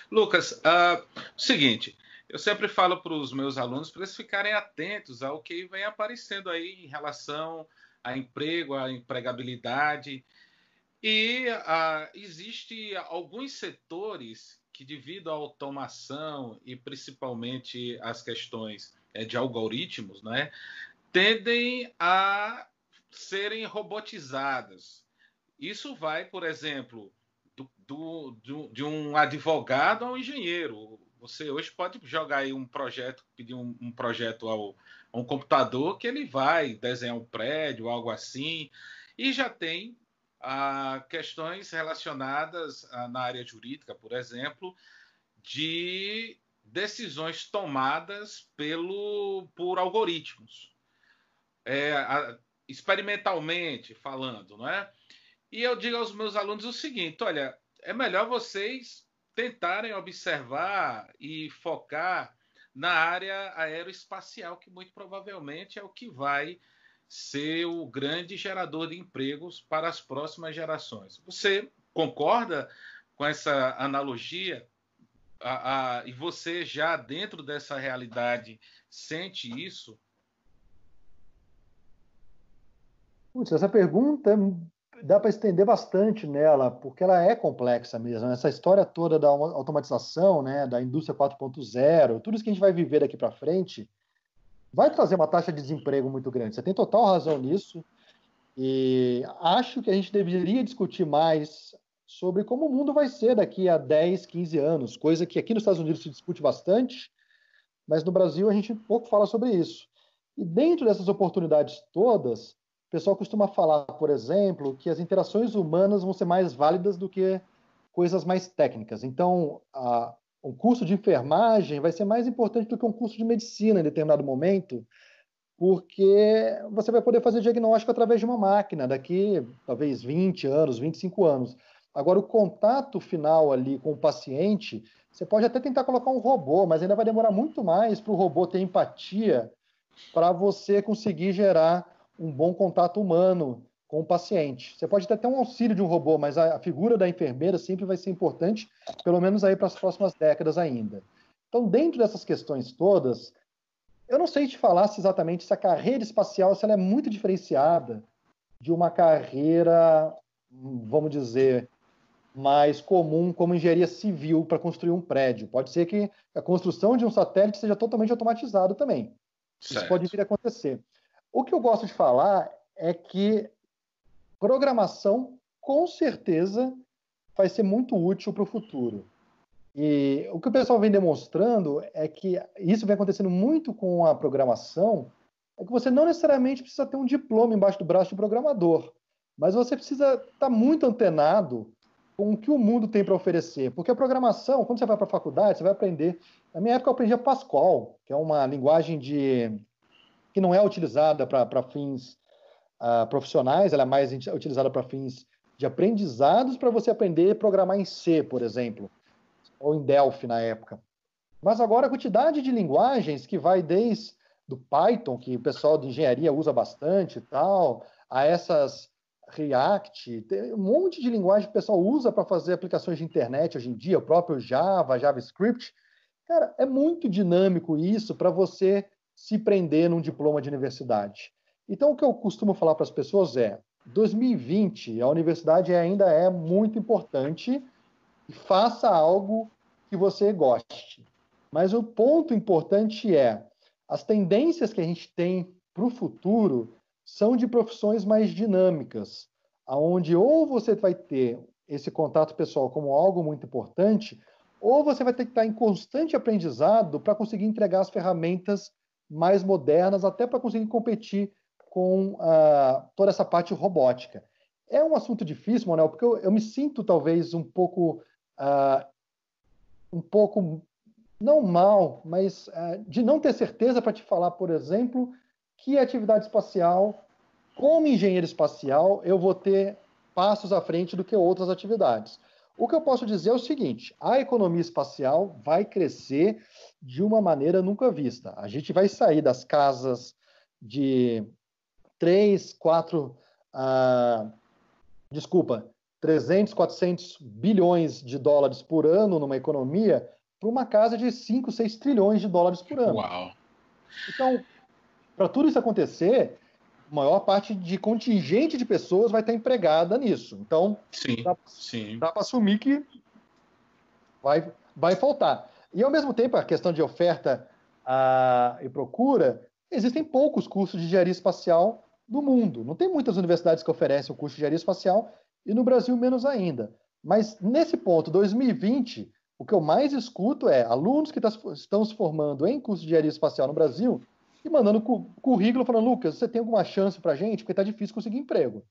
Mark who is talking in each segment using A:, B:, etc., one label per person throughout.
A: Lucas, seguinte, eu sempre falo para os meus alunos para eles ficarem atentos ao que vem aparecendo aí em relação a emprego, a empregabilidade. E existe alguns setores que, devido à automação e principalmente às questões de algoritmos, né, tendem a serem robotizadas. Isso vai, por exemplo, de um advogado a um engenheiro. Você hoje pode jogar aí um projeto, pedir um projeto a um computador que ele vai desenhar um prédio, algo assim, e já tem questões relacionadas na área jurídica, por exemplo, de decisões tomadas por algoritmos, experimentalmente falando, não é? E eu digo aos meus alunos o seguinte: olha, é melhor vocês tentarem observar e focar na área aeroespacial, que muito provavelmente é o que vai ser o grande gerador de empregos para as próximas gerações. Você concorda com essa analogia? E você já dentro dessa realidade sente isso?
B: Putz, essa pergunta dá para estender bastante nela, porque ela é complexa mesmo. Essa história toda da automatização, né, da indústria 4.0, tudo isso que a gente vai viver daqui para frente, vai trazer uma taxa de desemprego muito grande. Você tem total razão nisso. E acho que a gente deveria discutir mais sobre como o mundo vai ser daqui a 10, 15 anos, coisa que aqui nos Estados Unidos se discute bastante, mas no Brasil a gente pouco fala sobre isso. E dentro dessas oportunidades todas, o pessoal costuma falar, por exemplo, que as interações humanas vão ser mais válidas do que coisas mais técnicas. Então, um curso de enfermagem vai ser mais importante do que um curso de medicina em determinado momento, porque você vai poder fazer diagnóstico através de uma máquina daqui, talvez, 20 anos, 25 anos. Agora, o contato final ali com o paciente, você pode até tentar colocar um robô, mas ainda vai demorar muito mais para o robô ter empatia para você conseguir gerar um bom contato humano com o paciente. Você pode até ter um auxílio de um robô, mas a figura da enfermeira sempre vai ser importante, pelo menos aí para as próximas décadas ainda. Então, dentro dessas questões todas, eu não sei te falar se exatamente se a carreira espacial se ela é muito diferenciada de uma carreira, vamos dizer, mais comum como engenharia civil para construir um prédio. Pode ser que a construção de um satélite seja totalmente automatizado também. Isso pode
A: Certo.
B: vir a acontecer. O que eu gosto de falar é que programação, com certeza, vai ser muito útil para o futuro. E o que o pessoal vem demonstrando é que isso vem acontecendo muito com a programação, é que você não necessariamente precisa ter um diploma embaixo do braço de programador, mas você precisa estar muito antenado com o que o mundo tem para oferecer. Porque a programação, quando você vai para a faculdade, você vai aprender. Na minha época, eu aprendia Pascal, que é uma linguagem que não é utilizada para fins profissionais, ela é mais utilizada para fins de aprendizados, para você aprender a programar em C, por exemplo, ou em Delphi na época. Mas agora a quantidade de linguagens que vai desde do Python, que o pessoal de engenharia usa bastante e tal, a essas React, tem um monte de linguagem que o pessoal usa para fazer aplicações de internet hoje em dia, o próprio Java, JavaScript. Cara, é muito dinâmico isso para você se prender num diploma de universidade. Então, o que eu costumo falar para as pessoas é: 2020, a universidade ainda é muito importante, e faça algo que você goste. Mas o ponto importante é, as tendências que a gente tem para o futuro são de profissões mais dinâmicas, aonde ou você vai ter esse contato pessoal como algo muito importante, ou você vai ter que estar em constante aprendizado para conseguir entregar as ferramentas mais modernas, até para conseguir competir com toda essa parte robótica. É um assunto difícil, Manuel, porque eu me sinto talvez uh, um pouco, não mal, mas de não ter certeza para te falar, por exemplo, que atividade espacial, como engenheiro espacial, eu vou ter passos à frente do que outras atividades. O que eu posso dizer é o seguinte: a economia espacial vai crescer de uma maneira nunca vista. A gente vai sair das casas de 3, 4, desculpa, 300, 400 bilhões de dólares por ano numa economia para uma casa de 5, 6 trilhões de dólares por ano.
A: Uau!
B: Então, para tudo isso acontecer, a maior parte de contingente de pessoas vai estar empregada nisso. Então, dá para assumir que vai faltar. E, ao mesmo tempo, a questão de oferta e procura, existem poucos cursos de engenharia espacial no mundo. Não tem muitas universidades que oferecem o curso de engenharia espacial, e no Brasil menos ainda. Mas, nesse ponto, 2020, o que eu mais escuto é alunos que estão se formando em curso de engenharia espacial no Brasil e mandando currículo falando, Lucas, você tem alguma chance para a gente? Porque está difícil conseguir emprego.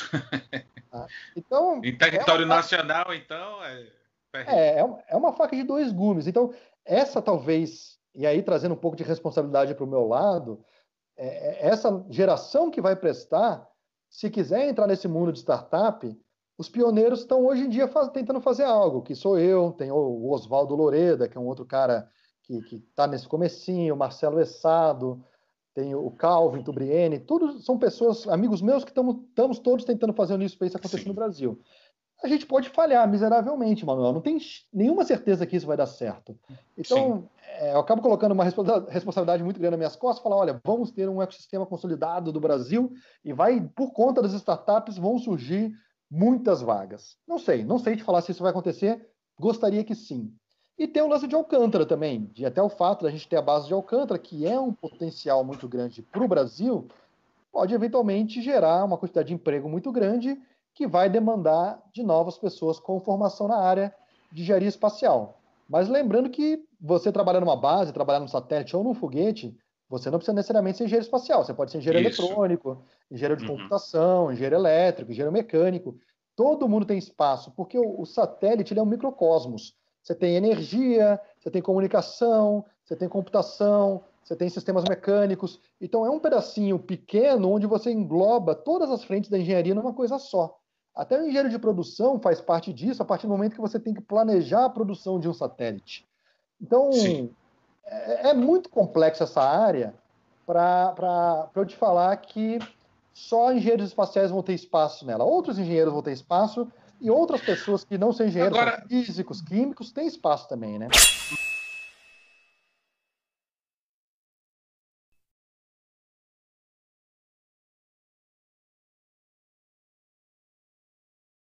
B: Então,
A: em território nacional, então,
B: é uma faca de dois gumes. Então, essa talvez, e aí trazendo um pouco de responsabilidade para o meu lado, essa geração que vai prestar, se quiser entrar nesse mundo de startup, os pioneiros estão hoje em dia tentando fazer algo, que sou eu, tem o Oswaldo Loreda, que é um outro cara que está nesse comecinho, o Marcelo Essado, tem o Calvin Tubriene, todos são pessoas, amigos meus, que estamos todos tentando fazer o New Space acontecer no Brasil. A gente pode falhar miseravelmente, Manuel. Não tem nenhuma certeza que isso vai dar certo. Então, eu acabo colocando uma responsabilidade muito grande nas minhas costas, falar, olha, vamos ter um ecossistema consolidado do Brasil e por conta das startups, vão surgir muitas vagas. Não sei te falar se isso vai acontecer, gostaria que sim. E tem o lance de Alcântara também, até o fato da gente ter a base de Alcântara, que é um potencial muito grande para o Brasil, pode eventualmente gerar uma quantidade de emprego muito grande que vai demandar de novas pessoas com formação na área de engenharia espacial. Mas lembrando que você trabalhar numa base, trabalhar num satélite ou num foguete, você não precisa necessariamente ser engenheiro espacial. Você pode ser engenheiro eletrônico, engenheiro de computação, engenheiro elétrico, engenheiro mecânico. Todo mundo tem espaço, porque o satélite ele é um microcosmos. Você tem energia, você tem comunicação, você tem computação, você tem sistemas mecânicos. Então, é um pedacinho pequeno onde você engloba todas as frentes da engenharia numa coisa só. Até o engenheiro de produção faz parte disso a partir do momento que você tem que planejar a produção de um satélite. Então, é muito complexa essa área para eu te falar que só engenheiros espaciais vão ter espaço nela. Outros engenheiros vão ter espaço e outras pessoas que não são engenheiros, são físicos, químicos, têm espaço também, né?